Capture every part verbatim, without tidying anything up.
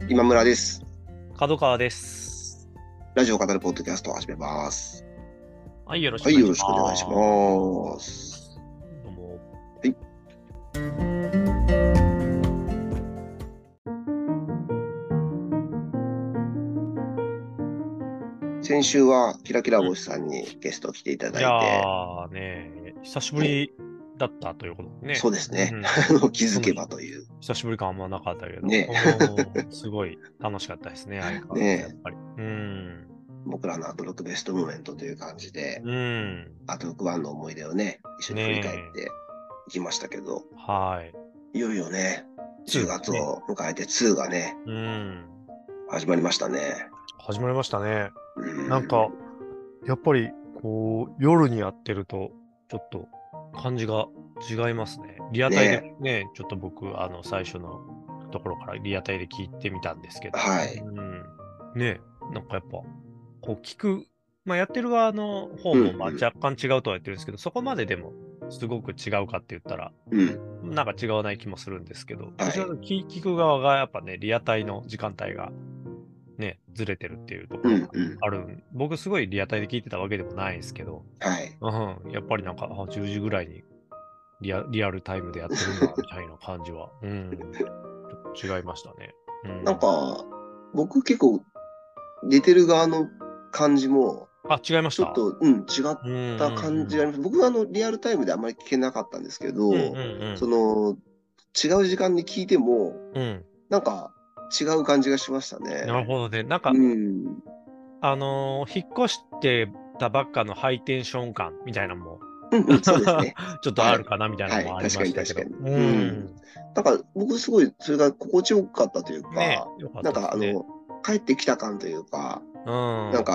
今村です。 角川です。 ラジオを語るポッドキャストを始めます。 はい、よろしはい、 くお願いしよろしくお願いしまます。 す。どうも。 はい。先週はキラキラうん。 星さんにゲスト来ていたいやだいて、 ーね、久しぶね、 りだったということでね。 そうですね。 うん。 気づけその日、 ばという。 久しぶり感あんまなかったけど、 ね。 うん、すごい楽しかったですね、相変わらず、やっね。 ぱり。うん。 僕らのアトロックベストモーメントという感じで、 うん。 アトロックワンの思い出をね、一緒に振り返っねえ。 ていきましたけど、 はい。 いよいよね、10 ツーですね。 月を迎えてツーがね、 うん。 始まりましたね。 始まりましたね。 うなんか、 ん。 やっぱり、こう、夜にやってると、ちょっと感じが違いますね。リアタイでね。 ね、ちょっと僕、あの、最初のところからリアタイで聞いてみたんですけど、 はい。 うん、ね、なんかやっぱ、こう聞く、まあ、やってる側の方うんもまあ若干違うとは言ってるんですけど、そこまででもすごく違うかって言ったら、 うん。うん。 なんか違わない気もするんですけど、どちらはい。 かというと聞聞く側がやっぱね、リアタイの時間帯がね、ずれてるっていうところがうんうん。 あるん。僕すごいリアタイで聞いてたわけでもないんですけど、 はい。 うん、やっぱりなんか、あ、じゅうじぐらいにリアリアルタイムでやってるんだ、みたいな感じは、うん、ちょっと違いましたね。うなんん。 か、僕結構出てる側の感じも、 あ、違いました。 ちょっと、うん、違っうんたうん感じがあります。僕はあの、リアルタイムであんまり聞けなかったんですけうん。うんど、 うんその、違う時間に聞いても、 うん。うん。 なんか、違う感じがしましたね。 なるほどね。なんか、 うん。 あのー引っ越してたばっかのハイテンション感みたいなのもうんうん、そうですね。 ちょっとあるはい。 かなみたいなはい。 のもあり確かましたけど。 に確かに。 ううん。 ん。 なんか、僕すごい、それが心地よかったというねか、 え、よかっなんか、 たですね。 あの、帰ってきた感というか、 うん。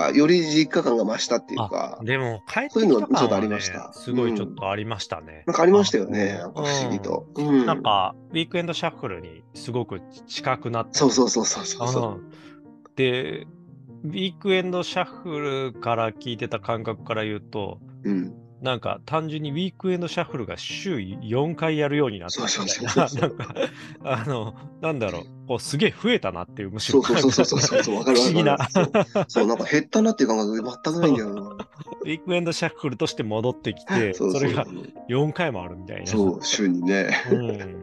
なんか、より実家感が増したっていうあ、 か、 でも帰っそういうてきたのはちょっとあ感はね、 りました。 すごいちょっうん。 とありましたね。 なんかありまあしたよね。なんか不思議の、うと。 ん。 うん。 なんか、ウィークエンドシャッフルにすごく近くなったというそうそうそうそうそうそう。 か。うん。で、ウィークエンドシャッフルから聞いてた感覚から言うと、 うん。 なんか単純にウィークエンドシャッフルが週よんかいやるようになっそうそうたみたいな、 そうそうそなんう。 か、あの、なんだろう、こうすげえ増えたなっていう、むしろ、 そうそうそうそうなんか、 そうそうそう。わかる不思議なわかる。そう。そう、なんか減ったなっていう感覚全くないんだそう、 よウィークエンドシャッフルとして戻ってきな。 て、 そうそれがそうそう。 よんかいもあるみたいな。 そう、週にね、 うん。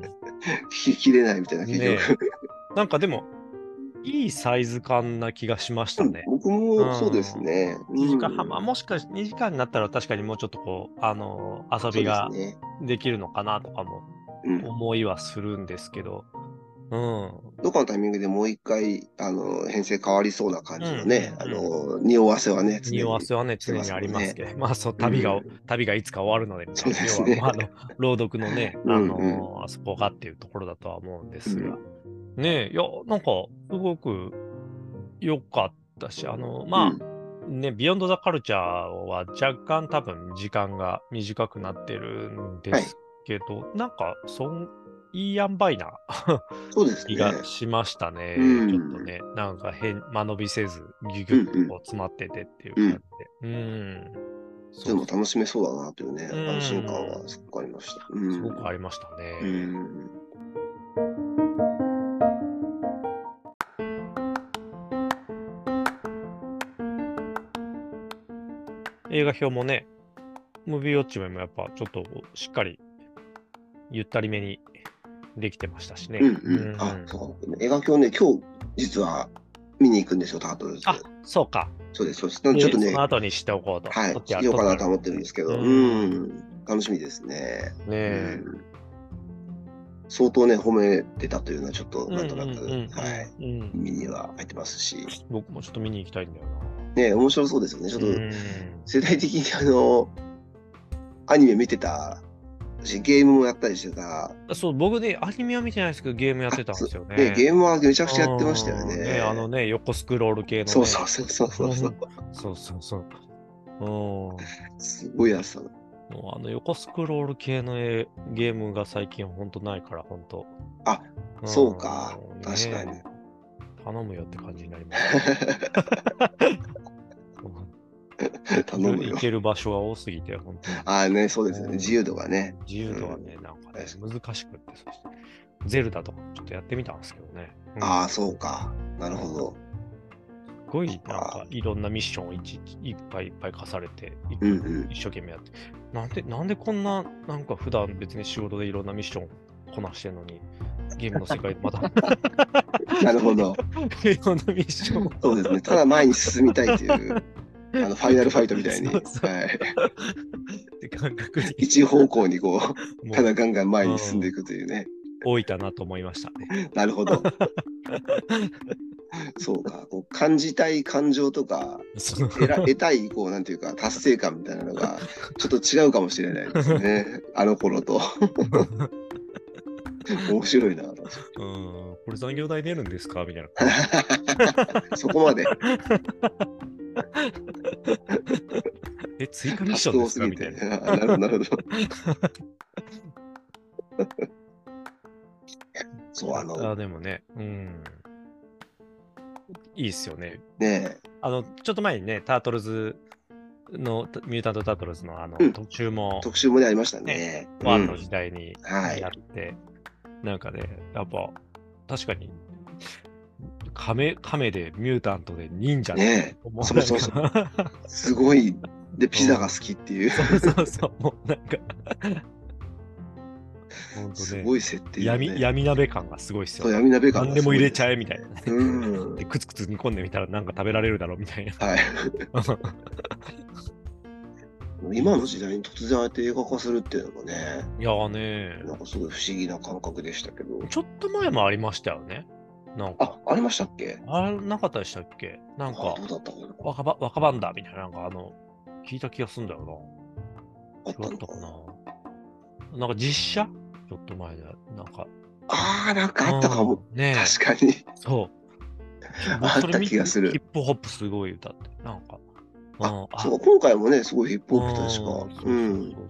聞ききれないみたいな結局。 ねえ。なんかでも、いいサイズ感な気がしましうん、 たね。 僕うもそうですん。 ね。 1 う時間半、まあ、 ん。 もしかしてにじかんになったら確かにもうちょっとこう、あの遊そうですびがね。 できるのかなとかもうん。 思いはするんですけど、うん。 どっかのタイミングでもう一回、あの、編成変わりそうな感うんうじのね、あんうん。 の、匂わせはね、常に匂わせはね、 してま常にあすもんね。 りますけど、まあ、そう、 う旅が、 ん。 旅がいつか終わるのでみたそういな、要は、 ですね。 あの、朗読のね、あうんうん。 のあそこがっていうところだとは思うんですが、 うん。 ねえ、いや、なんか、すごく良かったし、あの、まうん。 あ、ね、ビヨンドザカルチャーは若干多分時間が短くなってるんではい。 すけど、なんか、そん、いい塩梅なそうです気がね。 しましたうね。ちょっとん。 ね、なんか変、間延びせず、ギュギュッとうんうん。 こう詰まっててっていううん。 感じで。うん。そうそでも楽しめそうだなというね、 う。う安心感はん。 すごくありました。うすごくあん。 りましたうね。 ん。 映画表もね、ムービーウォッチメもやっぱちょっとしっかりゆったりめにできてましたしね。 うんうん。あ、 うん。 そうか。映画今日ね、今日実は見に行くんですよ、タートルズ。 あ、そうか。 そうです、そうです。なんでちょっで、そのとね、 後にしておこうと。 はい、 取ってある、 しよう取ってある。 かなと思ってるんですけうど、うん。 ん、楽しみですね。 ねうえ。 ん。相当ね、褒めてたというのはちょっとうんうんなんとなく、 うんはい、 うんうん。 耳には入ってますし、 僕もちょっと見に行きたいんだよね、面白そうですよね。ちょっな。うとん。 世代的にあの、アニメ見てたし、ゲームもやったりしてた。 そう、僕ね、アニメは見てないですけど、ゲームやっあ、 てたんそですよね、 ね。 ゲームはめちゃくちゃやってましたようん。ね、あのね。 ね、横スクロール系のそうそうね。 そうそうそうそう。 そうそうそう。うん。 すごいやつだな。 もうあの横スクロール系のえゲームが最近ほんとないから、ほんと。 あ、 うそうか。 ん、 確かに。 ねえ、頼むよって感じになりますけど。うん、 頼むよ行。ける場所が多すぎて、本当に。 ああね、そうですよね。 うん自由度がね。 自由度はね、なんかね、 確難しくって、そしてゼルダとかちょっとやってみたんですけどね。うんああ、そうか。なるほど。 すごいなんかいろんなミッションをいちいっぱいいっぱい課されて、いうんうん。 一生懸命やって。なんで、なんでこんな、なんか普段別に仕事でいろんなミッションこなしてんのに、ゲームの世界でまたなるほど。 いろんなミッションをそうですね。ただ前に進みたいという、あの、ファイナルファイトみたいに。 そうそうはい。 って感覚に一方向にこう、 もうただガンガン前に進んでいくというね。 多いかなと思いましたね。 なるほど。そうか。こう感じたい感情とか、 そう得ら得たい、こう、なんていうか、達成感みたいなのが、ちょっと違うかもしれないですね。あの頃と。面白いな。確かうん、これ残業代出るんですかみたいな。 にそこまでえ、追加ミッ発ションです想すぎて。 かみたいな。 あなるほど、なるほど。そう、あの、 あ、でもね、うん。いいっすよね。 ねあの、ちょっと前にね、タートルズの、ミュータント・タートルズのあの、 うん特集も、 特集もね、ありましたね。 ワンのうん時代にはいやって、なんかね、やっぱ、確かに、亀、亀でミュータントで忍者ね思そうそうそうすごい。で、ピザが好きっていう。 そうそうそう、もうなんか、ほんとね、 すごい設定だね。 闇、闇鍋感がすごいっすよそう、 ね。 闇鍋感何でも入れちゃえ。 えみたいなね。 うん。 で、くつくつ煮込んでみたらなんか食べられるだろうみたいな。 はい。今の時代に突然ああやって映画化するっていうのもね、 いやーねなんかすごい不思議な感覚でしたけど。 ちょっと前もありましたよね。なんか、 あ、ありましたっけあれなかったでしたっけなんあ、 かど、うだったかな若ば若バンダみたいな、なんかあの、聞いた気がするんだよあったな。違ったかのかなな。なんか実写ちょっと前で、なんか。 ああ、なんかあったかも。 うんねえ。 確かに。 そう。 あった気がするヒップホップすごい歌って。なんか。 あ、そう、今回もね、すごいヒップホップ確か。 そうそうそう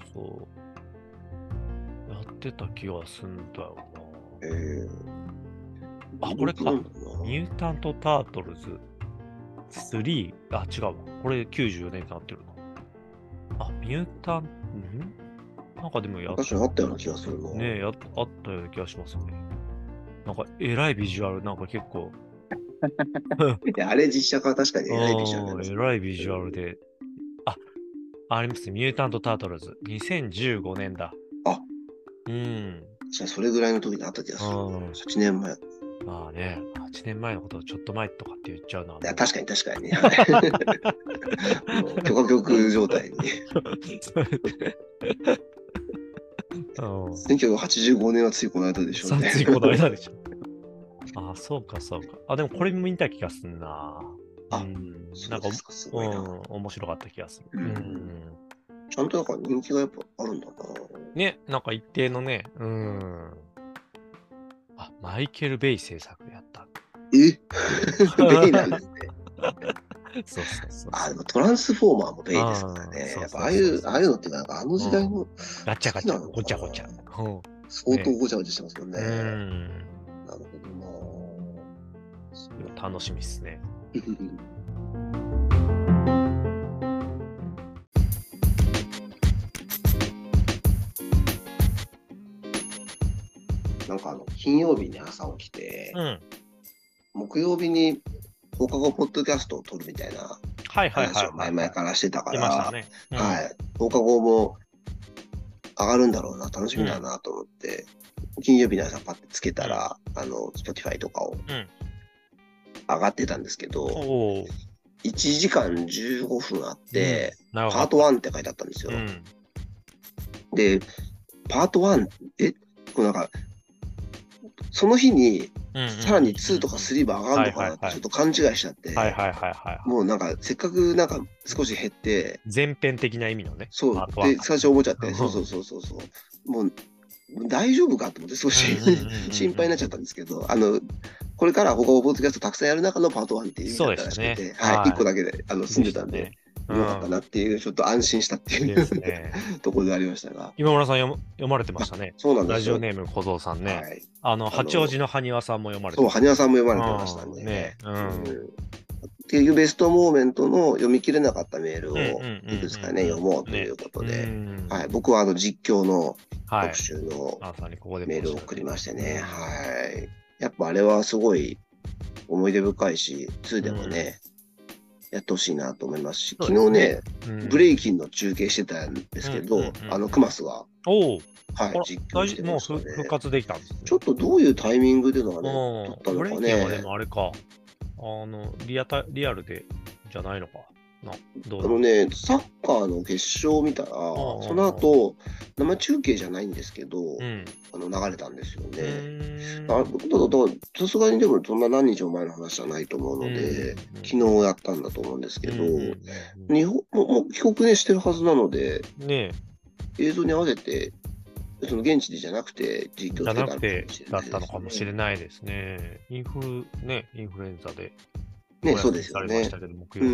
そう。やってた気がすんだよな。 えー、 あ、これか。 なんだろうなミュータント・タートルズスリー。あ、違うわ。これきゅうじゅうよねんになってるな。あ、ミュータン、んなんかでもやっ確かにあったような気がするな。 ねえ、やっあったような気がしますね。なんか、えらいビジュアル、なんか結構。 いやあれ実写化は確かに偉いビジュアルなんですえらいビジュアルで。あ、ありますね。ミュータント・タートルズ。にせんじゅうごねんだ。 あ、 うん。 じゃあそれぐらいの時にあった気がする。 うんはちねんまえ。いまあね、はちねんまえのことをちょっと前とかって言っちゃうのは。 や、確かに確かに。はいもう許可局状態に。せんきゅうひゃくはちじゅうごねんはついこの間でしょうね。 ついこの間でしょ。ああ、そうか、そうか。あ、でもこれも見た気がすんな。 あうん、 そうなんか、 ですかすごいなうん、面白かった気がする。 うんうんちゃんとなんか人気がやっぱあるんだな。 ね、なんか一定のね、うん。あ、マイケル・ベイ制作でやった。 えベイなんですね。 そうそうそう。 あ、でもトランスフォーマーもベイですからあーね。 そうそうそうそうやっぱああいう、ああいうのってなんかあの時代のガチャガチャ、 好きなのかなごちゃごちゃ。うん相当ごちゃごちゃしてますよね。 うん。 なるそれは楽しみですね。 ほどななんかあの、金曜日に朝起きて、 うん。 木曜日に放課後ポッドキャストを撮るみたいなはいはいはい話を前々からしてたから、 出ましたね。うんはい。放課後も上がるんだろうな、楽しみだなと思って、金曜日の朝パッてつけたら、あの、Spotify とかをうん上がってたんですけど、 おお。 いちじかんじゅうごふんあって、 なるほど。 パートワンって書いてあったんですよ。 うん。 で、パートワン、え、これなんか、その日にさらにツーとかスリーも上がるのかなってちょっと勘違いしちゃって、 はいはいはいはい。 もうなんかせっかくなんか少し減って、 前編的な意味のね。 そうパートワンで最初思っちゃって、 うんそうそうそうそうそうもう大丈夫かと思って少しうんうんうんうん心配になっちゃったんですけど、あのこれから他のポッドキャストたくさんやる中のパートワンっていう意味だったらしくて、 そうですねはい、 はいいっこだけであの住んでたんで、よかったなっていう、ちょっと安心したっていう、 ですね。 ところでありましたが。 今村さん読む読まれてましたね。 そうなんですよ。 ラジオネーム小僧さんね。 はい、 あの、八王子の埴輪さんも読まれてそう、 ました。 埴輪さんも読まれてましたね。 ね。うん。 結局ベストモーメントの読み切れなかったメールをいくつかね、読もうということで、はい、僕はあの実況の特集のメールを送りましてね、はい。やっぱあれはすごい思い出深いし、ツーでもね、やってほしいなと思いますし、昨日ね、ブレイキンの中継してたんですけど、あの、クマスが。はい、実況してましたね。 もう復活できたんですね。 ちょっとどういうタイミングでのあれ、撮ったのかね。 ブレイキンはでもあれか。あの、リアタ、リアルで、じゃないのかな。どうあのね、サッカーの決勝を見たら、その後、生中継じゃないんですけど、うん、あの流れたんですよね。あさすがにでもそんな何日も前の話じゃないと思うので、昨日やったんだと思うんですけど、日本もう帰国ねしてるはずなので、ね、映像に合わせて、その現地でじゃなくて実況じゃなくてだったのかもしれないですね。インフル、ね、インフルエンザで。 ね、そうですよね。うん。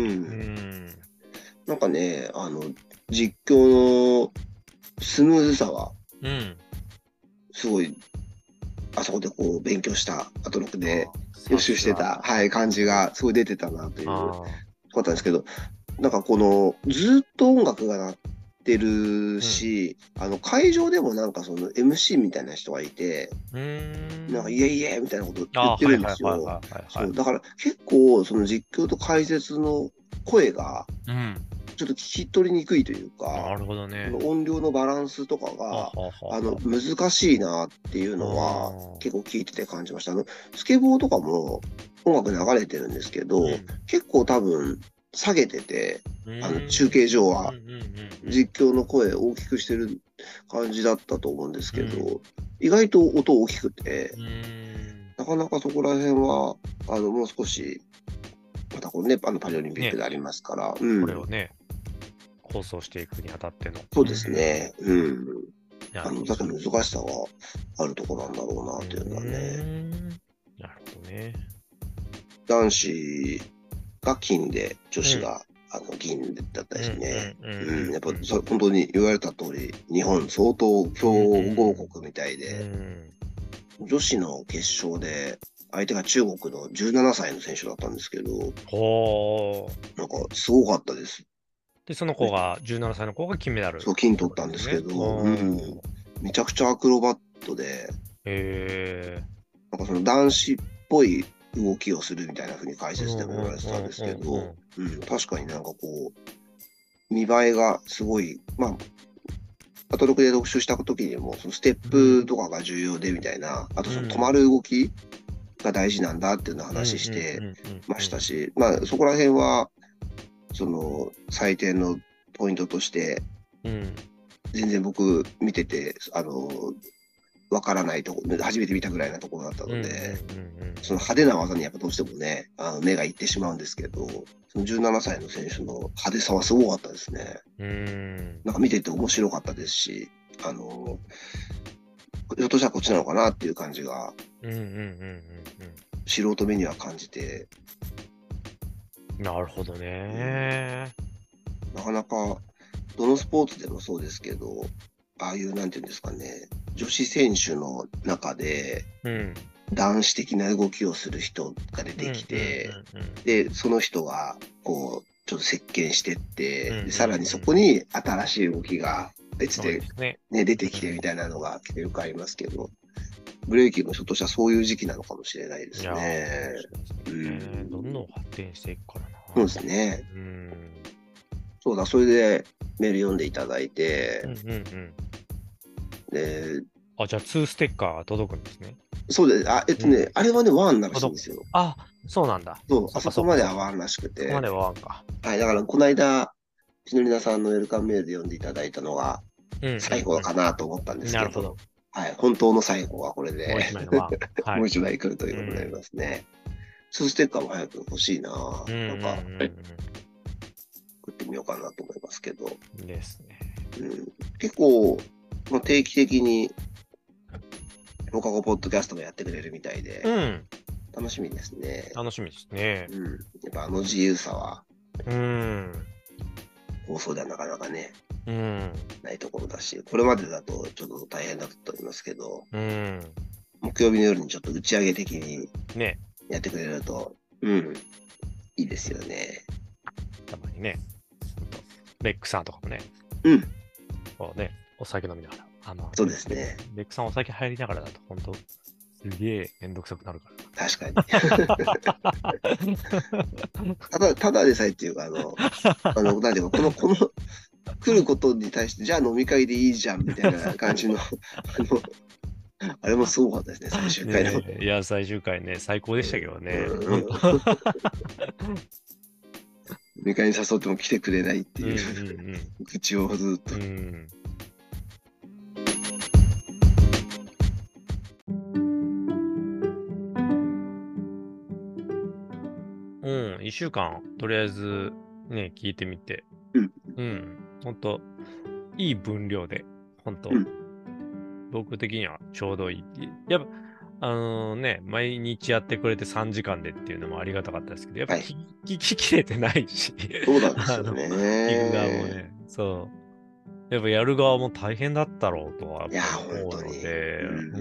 なんかね、あの、実況のスムーズさは、うん、すごい、あそこでこう勉強した、アトロクで予習してた、はい、感じがすごい出てたなということなんですけど、なんかこの、ずっと音楽が鳴ってるし、うん、あの会場でもなんかその エムシー みたいな人がいて、なんかイエイエイみたいなこと言ってるんですよ。だから結構その実況と解説の声がちょっと聞き取りにくいというか、 なるほどね、 音量のバランスとかがあの難しいなっていうのは結構聞いてて感じました。あのスケボーとかも音楽流れてるんですけど、うん、結構多分下げてて、あの中継上は実況の声を大きくしてる感じだったと思うんですけど、うん、意外と音大きくて、なかなかそこら辺はあのもう少しまたこのね、あのパリオリンピックでありますから、ね、 うん、これをね放送していくにあたっての、 そうですね、うん、あのだけ難しさはあるところなんだろうなというのはね。 なるほどね。 男子が金で女子が、うん、あの銀だったですね。やっぱそ本当に言われた通り、日本相当強豪国みたいで、うん、女子の決勝で相手が中国のじゅうななさいの選手だったんですけど、ほーなんかすごかったです。 で、その子が、じゅうななさいの子が金メダル、 そう、金取ったんですけど、うん、めちゃくちゃアクロバットで、へなんかその男子っぽい動きをするみたいな風に解説でも言われてたんですけど、確かになんかこう、見栄えがすごい、まあ、アトロクで読書した時にも、そのステップとかが重要でみたいな、あとその止まる動きが大事なんだっていうのを話してましたし、まあそこら辺は、その採点のポイントとして、全然僕見てて、あの、わからないところ、初めて見たぐらいなところだったので、その派手な技にやっぱどうしてもね、あの目がいってしまうんですけど、そのじゅうななさいの選手の派手さはすごかったですね。うんなんか見てて面白かったですし、あの、ひょっとしたらこっちなのかなっていう感じが、素人目には感じて。 なるほどね、 うん。なかなか、どのスポーツでもそうですけど、ああいうなんていうんですかね、女子選手の中で、男子的な動きをする人が出てきて、で、その人が、こう、ちょっと席巻してって、うんうんうん、さらにそこに新しい動きが別で、ねね、出てきてみたいなのがよくありますけど、ブレイキンもひょっとしたらそういう時期なのかもしれないですね。 うん、どんどん発展していくからな。 そうですね。うん、そうだ、それでメール読んでいただいて、うんうんうん、 で、あ、じゃあにステッカーが届くんですね。 そうです。あ、えっとね、うん、あれはね、ワンらしいんですよ。 あ、そうなんだ。 そう、あそこまではワンらしくて。 そこまではワンか。 はい、だからこの間、しのりなさんのウェルカムメールで読んでいただいたのが最後かなと思ったんですけど、うんうんうん、なるほど。はい、本当の最後はこれで、もう一枚のワン。はい、もう一枚来るということになりますね。ツーステッカーも早く欲しいな、うん、なんか、うんうんうん、作ってみようかなと思いますけど。 ですね。 うん、結構、まあ、定期的に、放課後ポッドキャストもやってくれるみたいで、うん、楽しみですね。 楽しみですね。 うん、やっぱあの自由さは、うん、放送ではなかなかね、うん、ないところだし、これまでだとちょっと大変だったと思いますけど、うん、木曜日の夜にちょっと打ち上げ的にやってくれると、ね、うん、 いいですよね。 たまにね。レックさんとかもね。 うん。 こうね、お酒飲みながら。あのそうですね。 レックさんお酒入りながらだと、本当すげえめんどくさくなるから。 確かに。ただ、ただでさえっていうか、あの、あの、なんていうか、この、この、来ることに対して、じゃあ飲み会でいいじゃんみたいな感じの、あの、あれもすごかったですね、最終回の。 ね、いや、最終回ね、最高でしたけどね。 うん、飲み会に誘っても来てくれないっていう、うんうんうん、愚痴をずっと。うんうん、いっしゅうかん、とりあえずね、聞いてみて。 うん。 うん。ほんと、いい分量で、ほんと、うん、僕的にはちょうどいい。やっぱ、あのー、ね、毎日やってくれてさんじかんでっていうのもありがたかったですけど、やっぱ聞ききれてないし。 そうなんですよね。 聞く側もね、そう。やっぱやる側も大変だったろうとは思うので、うん、うん、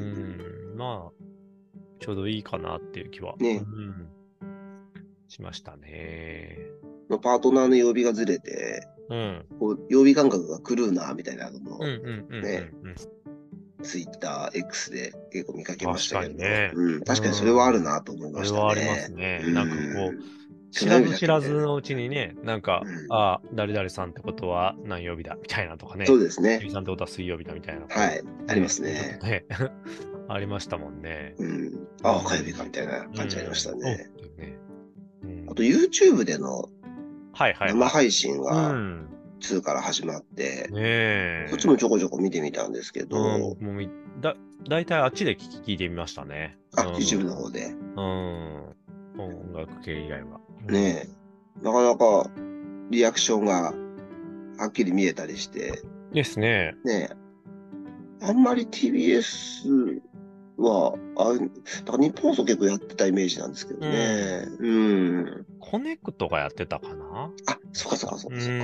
まあ、ちょうどいいかなっていう気は。ね。うんしましたね。 パートナーの曜日がずれて、うん、こう曜日感覚が狂うなみたいなのもね、ツイッター X で結構見かけましたけど、確かにね、うん、確かにそれはあるなと思いましたね。 それはありますね。うん、なんかこう、知らず知らずのうちにね、なんか、うん、ああ、誰々さんってことは何曜日だみたいなとかね。 そうですね。 君さんってことは水曜日だみたいな。 はい、ありますね。 ねありましたもんね。 うん。ああ、火曜日かみたいな感じありましたね。うんねうん、あと YouTube での生配信がにから始まって、うんね、こっちもちょこちょこ見てみたんですけど、うん、 僕もだだいたいあっちで聞聞いてみましたね。 あ、うん、YouTube の方で。 うん。音楽系以外は。 ねえ。なかなかリアクションがはっきり見えたりして。 ですね。 ねえ。あんまり ティービーエス は、あ、だから日本放送結構やってたイメージなんですけどね。うん。うん、 コネクトがやってたかなあ、そっかそっかそっかそっか。うん。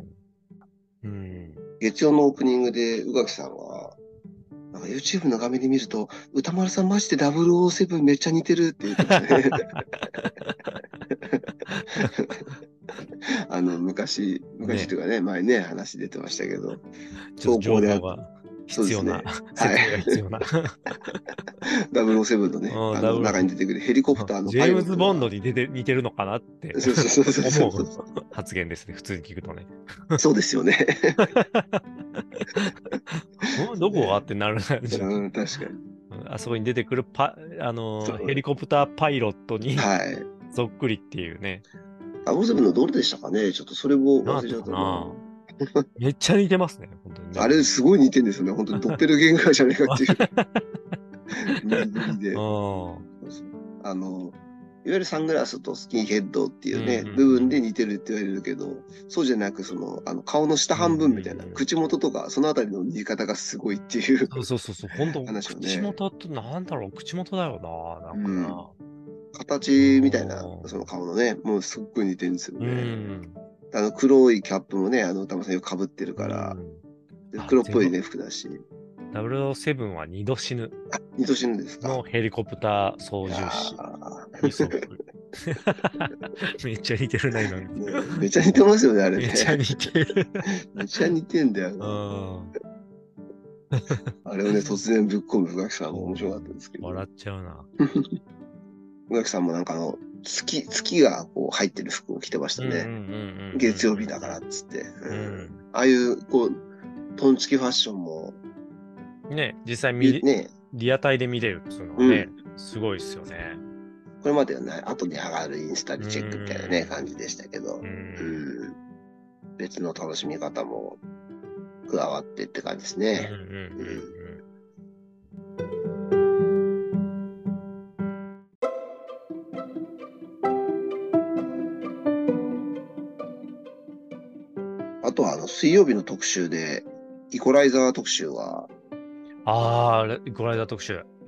うん。 月曜のオープニングで宇垣さんは、なんか YouTube の画面で見ると、歌丸さんマジでダブルオーセブンめっちゃ似てるって言ってましたね。あの、昔、昔というかね、ね前ね、話出てましたけど、 投稿で必要な、説明が必要な。 ダブルオーセブンのね、あの中に出てくるヘリコプターのジェームズ・ボンドに出て似てるのかなって思う発言ですね、普通に聞くとね。 そうですよね。 どこがってなるな、 うん、確かに。 あそこに出てくるパあのヘリコプターパイロットに、はい、そっくりっていうね。 ダブルオーセブンのどれでしたかね、ちょっとそれも忘れちゃったな。 めっちゃ似てますね、本当に、ね。 あれすごい似てるんですよね、本当にドッペルゲンガーじゃねえかっていう。であのいわゆるサングラスとスキンヘッドっていうね、うんうん、部分で似てるって言われるけど、そうじゃなくそのあの顔の下半分みたいな、うんうん、口元とかそのあたりの似方がすごいっていうそうそうそうそう本当話をね。口元ってなんだろう口元だよななんかな、 うん、形みたいなその顔のねもうすっごい似てるんですよね。うんあの黒いキャップもね、あの歌丸さんよくかぶってるから、うん、黒っぽいね服だし。 ダブルオーセブンは二度死ぬ。 あ、二度死ぬですか。 のヘリコプター操縦士。めっちゃ似てるな、今。 めっちゃ似てますよね、あれね。 めっちゃ似てる。 めっちゃ似てんだよ。あれをね、突然ぶっ込む宇垣さんも面白かったんですけど。 笑っちゃうな。 宇垣さんもなんかあの、月、月がこう入ってる服を着てましたね。月曜日だからっつって。うん、ああいう、こう、トンチキファッションも、 ね、実際見、ね、リアタイで見れるっていうのはね、うん、すごいですよね。 これまではない、後で上がるインスタでチェックみたいなね、感じでしたけど、うん、別の楽しみ方も加わってって感じですね。あとはあの水曜日の特集で、イコライザー特集は、 ああ、イコライザー特集。うん。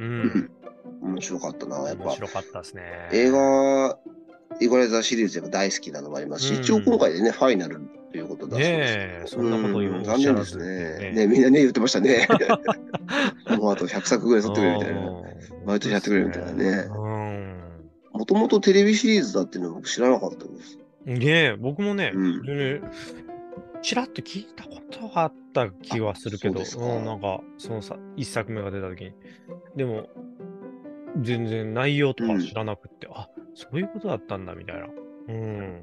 面白かったな、やっぱ。 面白かったですね。 映画、イコライザーシリーズでも大好きなのもありますし、うん、一応今回でね、ファイナルということだそうです。ねえ、そんなこと言う残念ですね。ねみんなね、言ってましたね。もうあとひゃくさくぐらい撮ってくれみたいな。毎年やってくれるみたいなね。うん。 もともとテレビシリーズだっていうの僕知らなかったです。 ねえ、僕もね、うん、ちらっと聞いたことがあった気はするけど、うん、なんか、そのさ、一作目が出た時に。でも、全然内容とか知らなくて、うん、あ、そういうことだったんだ、みたいな。うん。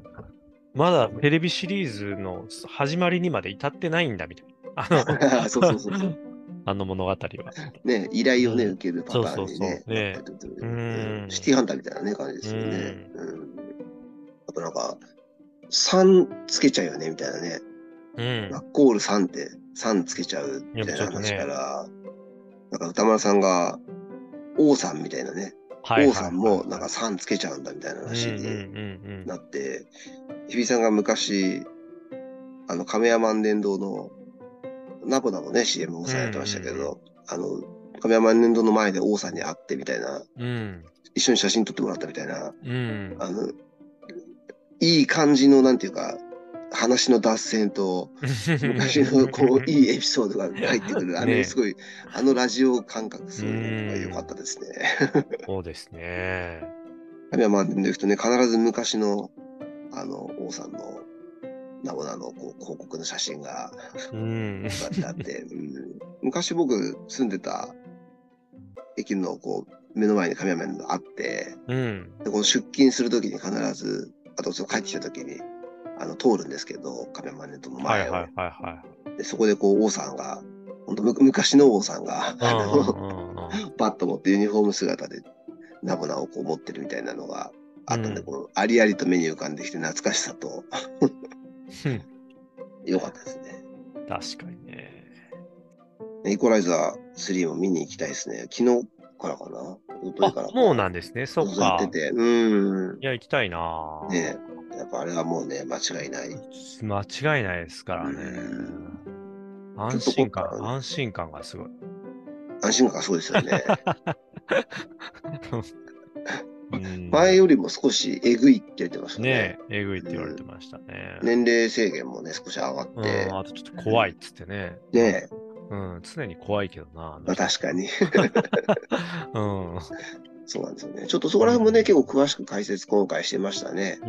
まだテレビシリーズの始まりにまで至ってないんだ、みたいな。あの、 そうそうそうそう。 あの物語は。 ね、依頼をね、うん、受けるパターンにね、 そうそうそうね、 なってる、うん、シティハンターみたいなね、感じですよね。うん、あとなんか、さんつけちゃうよね、みたいなね。うん。ラッコールさんってさんつけちゃうみたいな話から、ね、なんか歌丸さんが王さんみたいなね、はいはいはいはい、王さんもなんかさんつけちゃうんだみたいな話になって、日比さんが昔、あの亀山万年堂のナボナのね シーエム 王さんやってましたけど、うんうんうん、あの亀山万年堂の前で王さんに会ってみたいな、うん、一緒に写真撮ってもらったみたいな、うん、あのいい感じのなんていうか話の脱線と昔のこういいエピソードが入ってくる、あれすごい、あのラジオ感覚すごい良かったですね。 そうですね。 神山で行くとね、必ず昔のあの王さんの名古屋のこう広告の写真が飾ってあって、うん、昔僕住んでた駅のこう目の前に神山があって、うん、でこの出勤するときに必ず、あとその帰ってきたときにあの通るんですけど、亀山ネットの前を。はいはいはいはい、でそこでこう王さんが、本当昔の王さんが、あの、バット持ってユニフォーム姿でナボナをこう持ってるみたいなのがあったんで、うん、このありありと目に浮かんできて懐かしさと、よかったですね。 確かにね。 イコライザースリーも見に行きたいですね。昨日からかな、 一昨日からか。もうなんですね、そっか。 やってて、うん。 いや、行きたいなねえ。やっぱあれはもうね、間違いない。 間違いないですからね。安心感、安心感がすごい。 安心感がすごいですよね。前よりも少しえぐいって言ってましたね。 ねえ、えぐいって言われてましたね。 うん、年齢制限もね、少し上がって。 うん、あとちょっと怖いっつってね。 ねえ。 うん、常に怖いけどな。 まあ確かに。 うん。 そうなんですよね。ちょっとそこら辺もね、うん、結構詳しく解説今回してましたね。うん、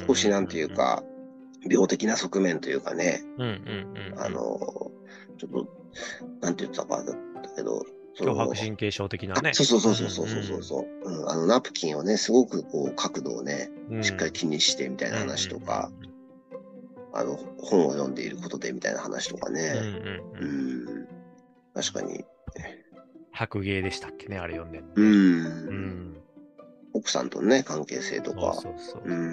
少しなんていうか、病的な側面というかね。うんうんうん、あの、ちょっと、なんて言ったかだったけど、 強迫神経症的なね。 そうそうそうそうそうそうそう、うんうん、あのナプキンをね、すごくこう角度をね、しっかり気にしてみたいな話とか、あの本を読んでいることでみたいな話とかね。うんうんうん、確かに。 白芸でしたっけね、あれ読んでるのね。 うんうん、奥さんとのね、関係性とか。そうそうそう。うん。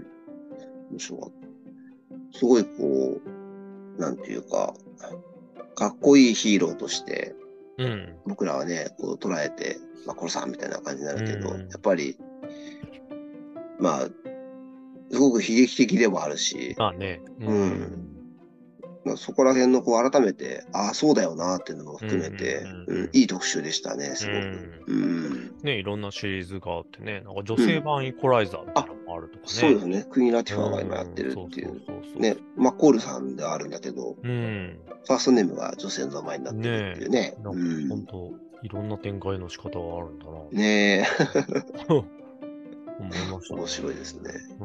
面白かった。すごいこう、なんていうか、かっこいいヒーローとして、うん、僕らはね、こう捉えて、まあ、殺さんみたいな感じになるけど、うん、やっぱり、まあ、すごく悲劇的でもあるし、 まあね、 うん、うんまあ、そこら辺のこう改めて、ああ、そうだよなっていうのも含めて、うんうんうん、いい特集でしたね、すごく。うんうん、 ね、いろんなシリーズがあってね、なんか女性版イコライザーみたいなのもあるとかね。 そうですね、クイーン・ラティファーが今やってるっていう。ね、マッコールさんではあるんだけど、うん、ファーストネームが女性の名前になってるっていうね。ねなんか本当、いろんな展開の仕方があるんだな。 ねえ。 思いましたね。 面白いですね。 うん。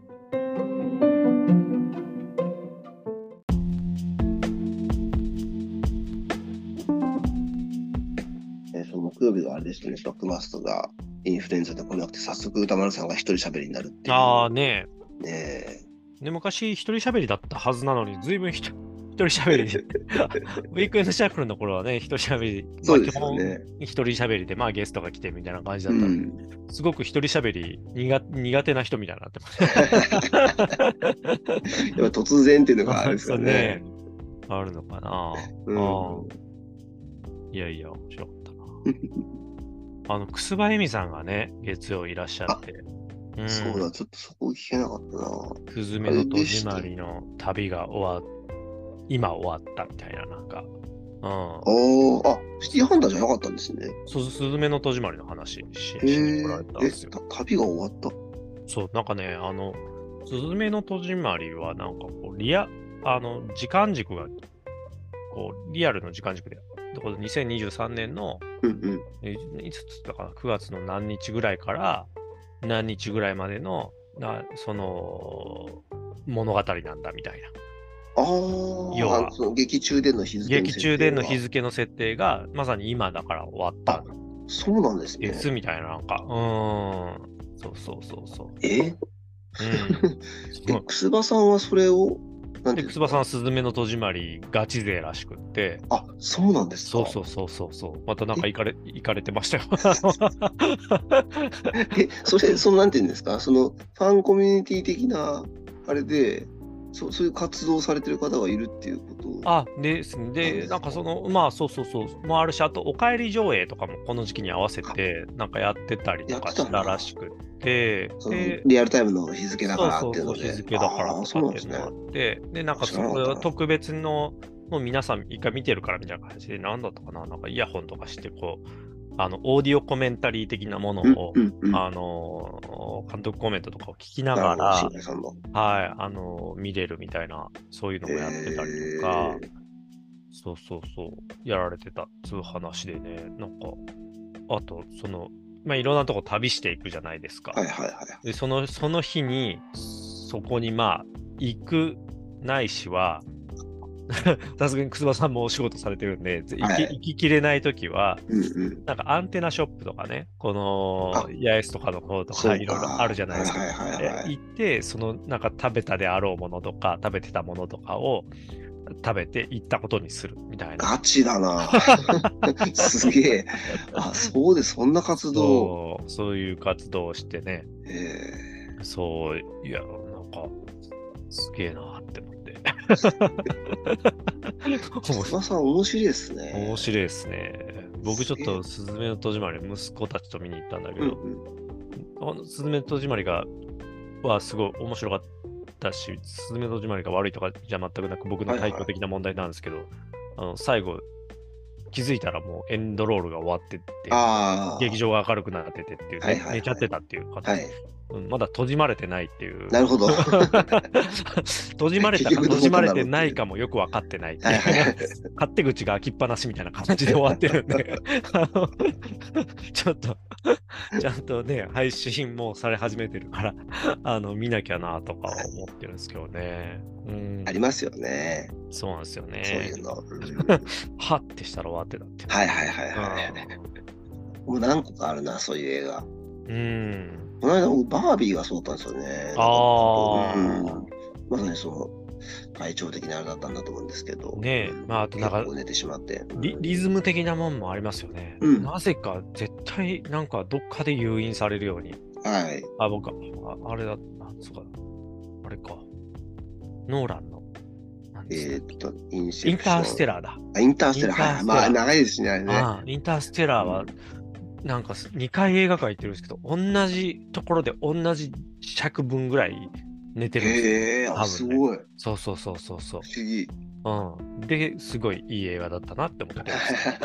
その木曜日があれでしたね、バックマストがインフルエンザで来なくて、早速歌丸さんが一人喋りになるっていう。 ああねえ。ねえ。ね、昔一人喋りだったはずなのに、ずいぶん一人喋りで。ウィークエンドシャッフルの頃はね、一人喋り。 そうですよね。 一人喋りで、まあゲストが来てみたいな感じだったので、うん、すごく一人喋り苦苦手な人みたいになってます。 やっぱ突然っていうのがあるんですよね。ねあるのかな。うん、いやいや、面白かったな。あの、楠葉恵美さんがね、月曜いらっしゃって。 うん、そうだ、ちょっとそこ聞けなかったな。 すずめの戸締まりの旅が終わっ、今終わったみたいな、なんか。うん、ああ、シティハンターじゃなかったんですね。 そう、すずめの戸締まりの話ししに来られたんですよ。 え、旅が終わった？ そう、なんかね、あの、すずめの戸締まりは、なんかこう、リア、あの、時間軸が、こう、リアルの時間軸で、にせんにじゅうさんねんのうんうん、いつつったかな、くがつの何日ぐらいから何日ぐらいまでの、なその物語なんだみたいな。 ああ、 要はその劇中での日付の劇中での日付の設定がまさに今だから終わったそうなんですね。 ですみたいな、なんか、うーん、そうそうそうそう。 えうん、 え、くすばさんはそれを、なんてで、 いうくすばさんはすずめの戸締まりガチ勢らしくって、 あ、そうなんですか。 そうそうそうそうそう。またなんか行かれ、行かれてましたよ。 え、それ、そのなんていうんですか、そのファンコミュニティ的な、あれで、そそういう活動されてる方がいるっていうことあ、ですね。で、なんかその、まあそうそうそう、もあるし、あと、お帰り上映とかもこの時期に合わせて、なんかやってたりとかしたらしくて、 で、リアルタイムの日付だからっていうので。 そうそうそう、日付だからとかっていうのがあって、で、なんかそこで特別の、もう皆さん一回見てるからみたいな感じで、なんだったかな、なんかイヤホンとかして、こう、あの、オーディオコメンタリー的なものを、 うんうんうん、 あの、監督コメントとかを聞きながら、はい、あの、見れるみたいな、そういうのもやってたりとか、そうそうそう、やられてたっていう話でね、なんか、あと、その、まあ、いろんなとこ旅していくじゃないですか。 はいはいはい。 で、その、その日に、そこにまあ、行くないしは、さすがにくすばさんもお仕事されてるんで、行き、はい、行ききれないときは、 うんうん、 なんかアンテナショップとかね、この八重洲とかの方とかいろいろあるじゃないですか。行って、そのなんか食べたであろうものとか、食べてたものとかを食べて行ったことにするみたいな。 ガチだなすげえ。あ、そうです、そんな活動。 そう、そういう活動をしてね。 えー、そう、いや、なんか、すげえなって思って。 くすばさん面白いですね。 面白いですね。僕ちょっとすずめの戸締まり息子たちと見に行ったんだけど、うんうん、すずめの戸締まりがはすごい面白かったし、すずめの戸締まりが悪いとかじゃ全くなく僕の対抗的な問題なんですけど、はいはい、あの最後気づいたらもうエンドロールが終わってって、劇場が明るくなっててっていう、ね、はいはいはい、寝ちゃってたっていう形、はい、うん、まだ閉じまれてないっていう。 なるほど。 閉じまれたか閉じまれてないかもよく分かってないっていう。勝手口が開きっぱなしみたいな形で終わってるんで、ちょっと、ちゃんとね、配信もされ始めてるから、あの、見なきゃなとか思ってるんですけどね。 うん、ありますよね。 そうなんですよね。 そういうの。 はってしたら終わってたって。 はいはいはいはい。もう何個かあるな、そういう映画。 うん。 この間、バービーがそうだったんですよね。 ああ、うん。 まさにその、体調的なあれだったんだと思うんですけど。 ねえ、まあ、あとなんか、 寝てしまって、 うんリ。リズム的なもんもありますよね。うん、なぜか、絶対、なんか、どっかで誘引されるように。 はい。 あ、僕は、ああれだ、あ、そうか。あれか。ノーランの。 えー、っと、インインターステラーだ。 あ、インターステラー。はい。まあ、長いですね、あれね。 ああインターステラーは、なんかにかい映画館行ってるんですけど、同じところで同じ尺分ぐらい寝てるんですよ。 へえ、あ、すごい。 そうそうそうそうそう。 不思議。 うん。で、すごいいい映画だったなって思って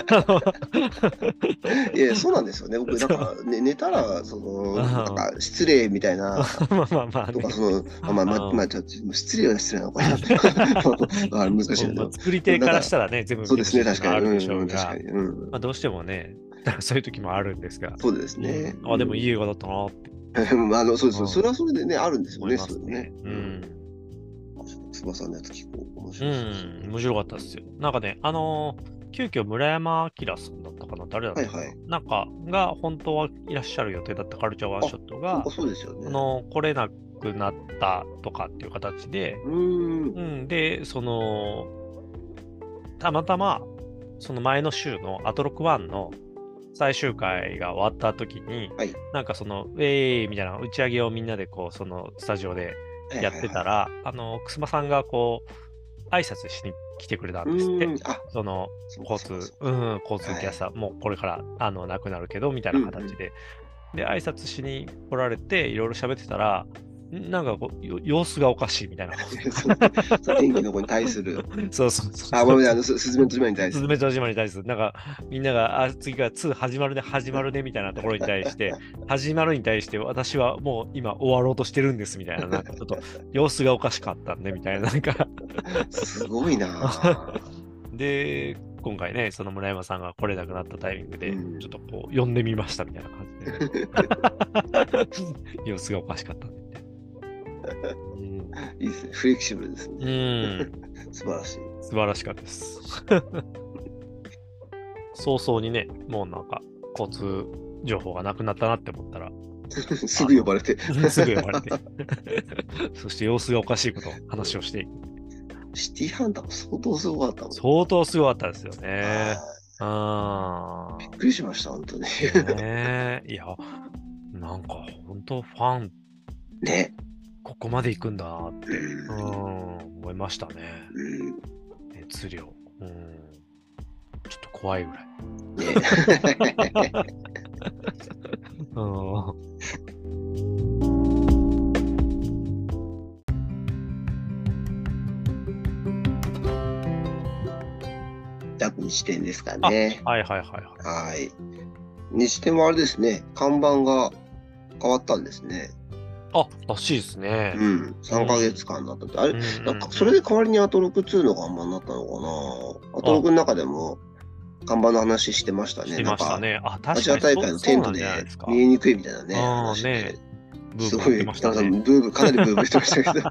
いや、そうなんですよね。僕、なんか、ね、寝たら、その、なんか、失礼みたいな。 まあまあまあ、ね。 とか、その、あまあまあ、まあ、ちょっと、失礼は失礼なのかな。あ難しいな。 作り手からしたらね、全部そうですね、確かに。 あるでしょうが、 確かに。うん。 まあ、どうしてもね、そういう時もあるんですが。 そうですね。 あ、でもいい映画だったなって。 あの、そうです。それはそれでね、あるんですよね、それね。 うん。 つばさんのやつ聞こう。面白いです。うん、面白かったですよ。なんかね、あのー、急遽村山明さんだったかな、誰だったかな、はいはい、なんかが本当はいらっしゃる予定だったカルチャーワンショットが、 そうですよね。 あの来れなくなったとかっていう形で、 うん、 うん、で、その、たまたま、その前の週のアトロックワンの最終回が終わった時に、はい、なんかその、ウェーイみたいな打ち上げをみんなでこう、そのスタジオでやってたら、はいはいはい、あの、くすまさんがこう、挨拶しに来てくれたんですって。その、交通、うん、交通キャスター、はい、もうこれから、あの、なくなるけど、みたいな形で。うんうん、で、挨拶しに来られて、いろいろ喋ってたら、なんかこう、様子がおかしいみたいな。 演技の子に対する。 そうそうそう。 あ、ごめん、あの、すずめの戸締まりに対する。 すずめの戸締まりに対する。なんか、みんなが、あ、次からツー始まるね、始まるね、みたいなところに対して、始まるに対して、私はもう今終わろうとしてるんです、みたいな。なんかちょっと、様子がおかしかったんで、みたいな。なんかすごいなで、 今回ね、その村山さんが来れなくなったタイミングで、ちょっとこう、呼んでみましたみたいな感じで、様子がおかしかったんで。 うん、いいですね。フレキシブルですね。うん。素晴らしい。 素晴らしかったです。早々にね、もうなんか、交通情報がなくなったなって思ったら、 すぐ呼ばれて。 すぐ呼ばれて。そして様子がおかしいことを話をしていく。 シティハンターも相当すごかったもん。 相当すごかったですよね。 あびっくりしました、本当に。 ねいや、なんか本当ファン、 ね。 ここまで行くんだなって、うん、思いましたね。うん、熱量、うん。ちょっと怖いぐらい。ねうん日展ですかね。 はいはいはいはい。はい。日展はあれですね、看板が変わったんですね。 あ、らしいですね。 うん。さんかげつかんだったって。うん、あれ、うんうんうん、なんかそれで代わりにアトロクツーの看板になったのかな。アトロクの中でも看板の話してましたね。 してましたね。 あ、確かに。アジア大会のテントで見えにくいみたいなね。話で。すごい、北野さん、ブーブー、かなりブーブーしてましたけど。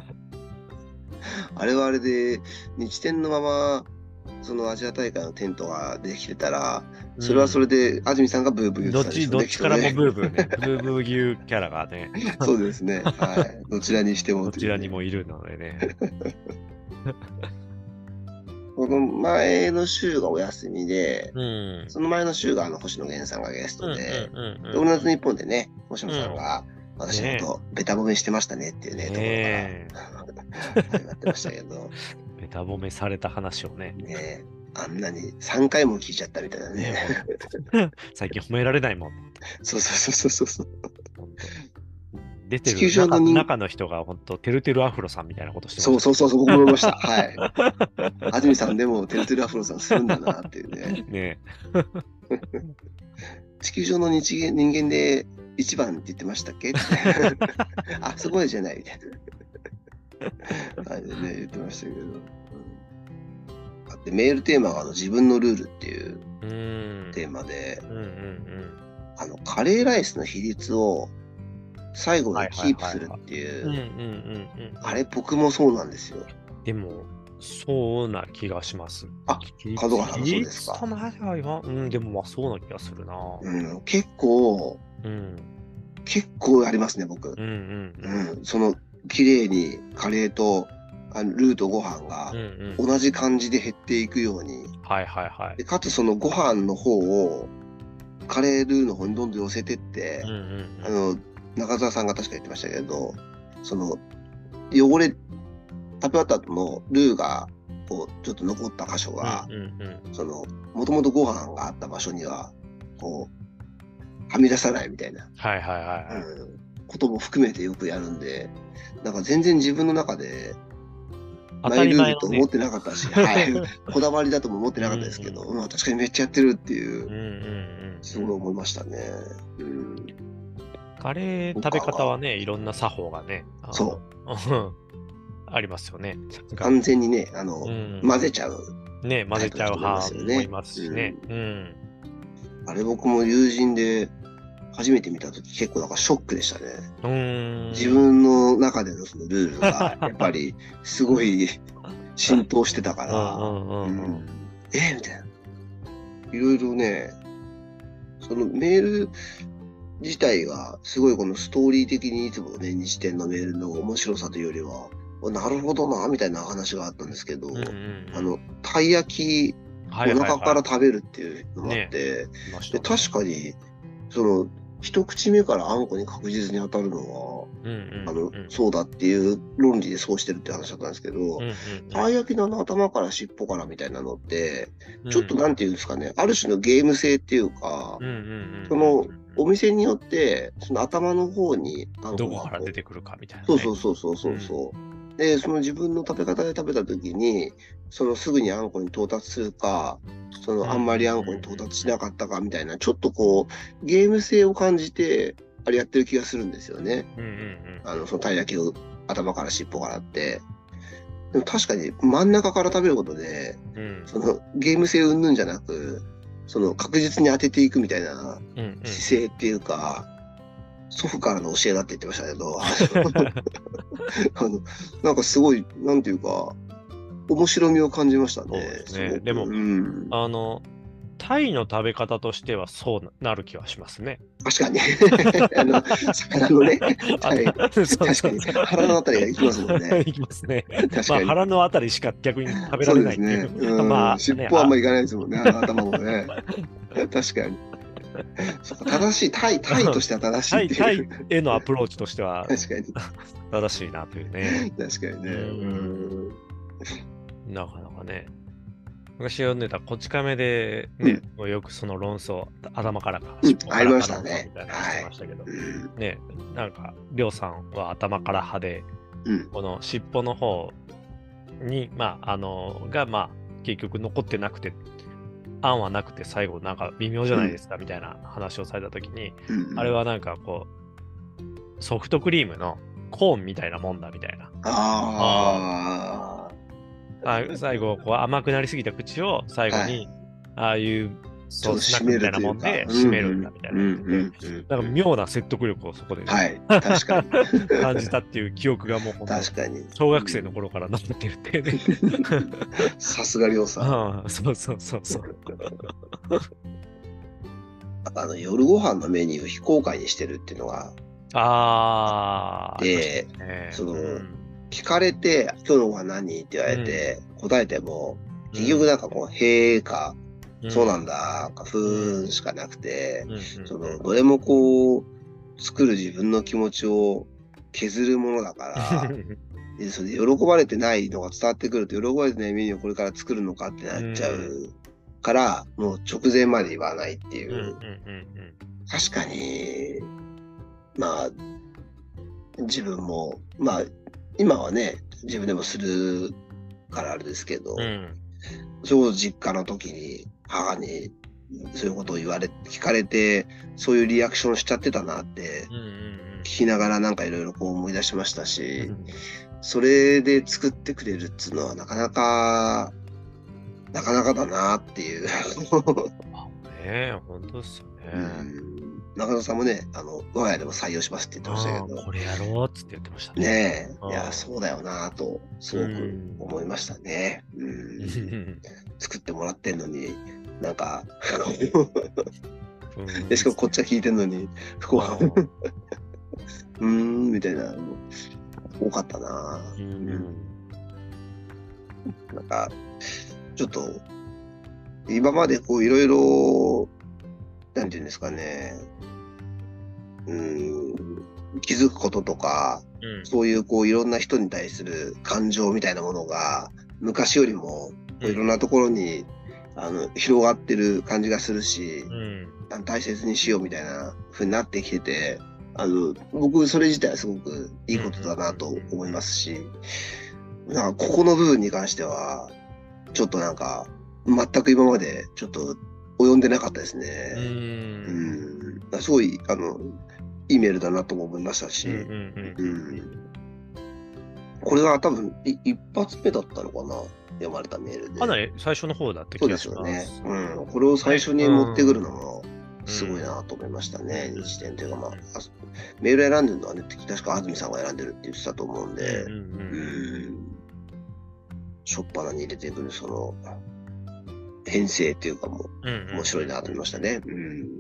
あれはあれで、日展のまま、そのアジア大会のテントができてたら、それはそれで安住さんがブーブー言ってたんでしょうね。 どっちからもブーブーね。ブーブー牛キャラがね。 そうですね。はい。どちらにしても、 ね。どちらにもいるのでね。 この前の週がお休みで、 うん、 その前の週があの星野源さんがゲストで、オールナイトニッポンでね、星野さんが、うん、私のことベタ褒めしてましたねっていうね、ねところから始まってましたけど。 ベタ褒めされた話をね。 ねあんなにさんかいも聞いちゃったみたいなね。 ね最近褒められないもん。 そうそうそうそうそう。 出てる中 の, 中の人が本当てるてるアフロさんみたいなことしてました。 そうそうそう、僕も思いました。はい。安住さんでもてるてるアフロさんするんだなっていうね。ね地球上の日人間で一番って言ってましたっけあ、そこまでじゃないみたいな。はいね、言ってましたけど。あってメールテーマがあの自分のルールっていうテーマで、うんうんうん、あのカレーライスの比率を最後にキープするっていう、あれ僕もそうなんですよ。 でもそうな気がします。 あ、角川さんもそうですか。 うん、でもまあそうな気がするな。 うん、結構、うん、結構ありますね僕。うんうんうんうん、その綺麗にカレーとあのルーとご飯が同じ感じで減っていくように、うんうん、 はいはいはい。 でかつそのご飯の方をカレールーの方にどんどん寄せてって、うんうんうん、あの中澤さんが確か言ってましたけど、その汚れ食べ終わった後のルーがこうちょっと残った箇所が、うんうんうん、そのもともとご飯があった場所にはこうはみ出さないみたいな、 はいはいはいはい、 うん、ことも含めてよくやるんで、なんか全然自分の中でマイルールと思ってなかったし、ねはい、こだわりだとも思ってなかったですけど、うんうん、確かにめっちゃやってるっていう、うんうんうん、すごい思いましたね。うん、 カレー食べ方はね、いろんな作法がね、 そうありますよね。 完全にね、あの、うん、混ぜちゃう。 ね、混ぜちゃう派もいますしね。うんうん、 あれ僕も友人で初めて見たとき結構なんかショックでしたね。うーん、自分の中でのそのルールがやっぱりすごい浸透してたから、えみたいな。いろいろね、そのメール自体がすごいこのストーリー的にいつもね、日展のメールの面白さというよりは、なるほどな、みたいな話があったんですけど、うんうんうん、あの、たい焼き、お腹から食べるっていうのがあって、で確かに、その、一口目からあんこに確実に当たるのは、うんうんうん、あのそうだっていう論理でそうしてるって話だったんですけど、うんうんうん、たい焼きの頭から尻尾からみたいなのって、うん、ちょっとなんていうんですかね、ある種のゲーム性っていうか、うんうんうん、そのお店によってその頭の方にあんこがどこから出てくるかみたいな、ね、 そうそうそうそうそうそう、うん、でその自分の食べ方で食べた時にそのすぐにあんこに到達するか、そのあんまりあんこに到達しなかったかみたいな、ちょっとこうゲーム性を感じてあれやってる気がするんですよね。うんうんうん、あのそのたい焼きを頭から尻尾からって、 でも確かに真ん中から食べることで、うん、そのゲーム性云々じゃなく、その確実に当てていくみたいな姿勢っていうか、うんうん、祖父からの教えだって言ってましたけど、あのなんかすごい、なんていうか、面白みを感じましたね。そうですね。でも、うん、あの、タイの食べ方としてはそうなる気はしますね。 確かに。あの、魚のね、タイ、確かに。腹のあたりがいきますもんね。 いきますね。確かに。まあ、腹のあたりしか逆に食べられないっていう。 そうですね。まあ、尻尾はあんまいかないですもんね、あの頭もね。確かに。そうか、正しい、タイ、タイとしては正しいっていう。 タイ、タイへのアプローチとしては、 確かに。 正しいなというね。 確かにね。うんなかなかね。昔読んでたこち亀でね、うん、よくその論争、頭からか、 尻尾からかみたいなのしてましたけど、はい、ね、なんか、りょうさんは頭から派で、うん、この尻尾の方に、まあ、あの、が、まあ、結局残ってなくて、案はなくて最後なんか微妙じゃないですか、うん、みたいな話をされたときに、うん、あれはなんかこう、ソフトクリームのコーンみたいなもんだみたいな。ああ。あ最後こう甘くなりすぎた口を最後に、はい、ああいうソースナックみたいなもんで締めるんだみたいな言ってて、なんか妙な説得力をそこで、ね、 はい、確かに感じたっていう記憶がもう本当確かに小学生の頃から残ってるっていうね。 さすがりょうさん。 ああ、そうそうそうそう。 あの夜ご飯のメニューを非公開にしてるっていうのがああで、ね、その、うん聞かれて、今日のご飯何って言われて、うん、答えても、結局なんかこう、へーか、うん、そうなんだ、か、ふーんしかなくて、うん、その、どれもこう、作る自分の気持ちを削るものだから、でそれで喜ばれてないのが伝わってくると、喜ばれてないメニューをこれから作るのかってなっちゃうから、うん、もう直前まで言わないっていう。確かに、まあ、自分も、まあ、今はね、自分でもするからあれですけど、うん、ちょうど実家の時に母にそういうことを言われ、聞かれて、そういうリアクションしちゃってたなって聞きながらなんかいろいろこう思い出しましたし、うん、それで作ってくれるっていうのはなかなか、なかなかだなっていう。 ねえ、本当ですよね。うん中野さんもね、あの、我が家でも採用しますって言ってましたけど。 これやろうっつって言ってましたね。 ねえ。いや、そうだよなと、すごく思いましたね。うん。作ってもらってんのに、なんか、でしかもこっちは聞いてんのに、不幸。うーん、みたいな、多かったなうん。なんか、ちょっと、今までこういろいろ、なんていうんですかね、うん、気づくこととか、うん、そういうこういろんな人に対する感情みたいなものが昔よりもいろんなところに、うん、あの広がってる感じがするし、うん、大切にしようみたいな風になってきてて、あの僕それ自体はすごくいいことだなと思いますし、なんかここの部分に関してはちょっとなんか全く今までちょっと及んでなかったですね。うん、うん、すごいあのいいメールだなとも思いましたし、これは多分一発目だったのかな、読まれたメールで。 かなり最初の方だって気がします。 そうですよね。うん、これを最初に持ってくるのもすごいなと思いましたね。に視点というか、まあ、メール選んでるのはね、確か安住さんが選んでるって言ってたと思うんで、うん、しょっぱなに入れてくるその編成っていうかも面白いなと思いましたね。うん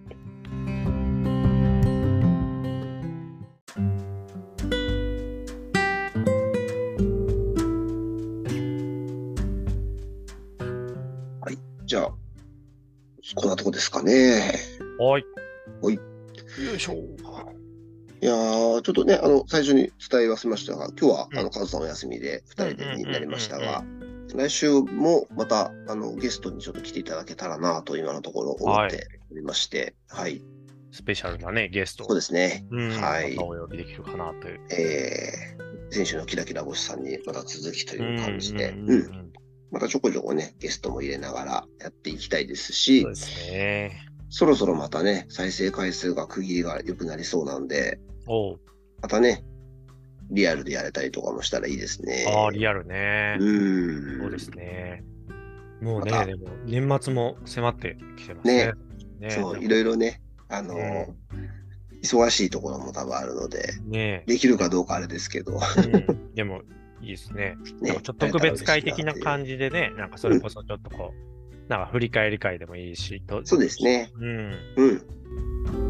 じゃあ、こんなとこですかね。 はい。 はい。 よいしょ。 いやー、ちょっとね、あの、最初に伝え忘れましたが、今日は、うん、あの、カズさんお休みでふたりでになりましたが、来週もまた、あの、ゲストにちょっと来ていただけたらなと、今のところ思っておりまして、はい。はい、 スペシャルなね、ゲスト。 そうですね。 うん、はい。またお呼びできるかなという。 えー、先週のキラキラ星さんにまた続きという感じで、うん。またちょこちょこね、ゲストも入れながらやっていきたいですし、 そうですね。 そろそろまたね、再生回数が区切りが良くなりそうなんで、 おまたね、 リアルでやれたりとかもしたらいいですね。 ああ、リアルね。 うん。 そうですね。もうね、でも年末も迫ってきてますね。 ね。ねそう、いろいろね、あのーうん、忙しいところも多分あるので、ね、できるかどうかあれですけど。 うん、でも、いいですね。ね、ちょっと特別会的な感じでね、なんかそれこそちょっとこう、うん、なんか振り返り会でもいいし、 そうですね。 うん。 うん。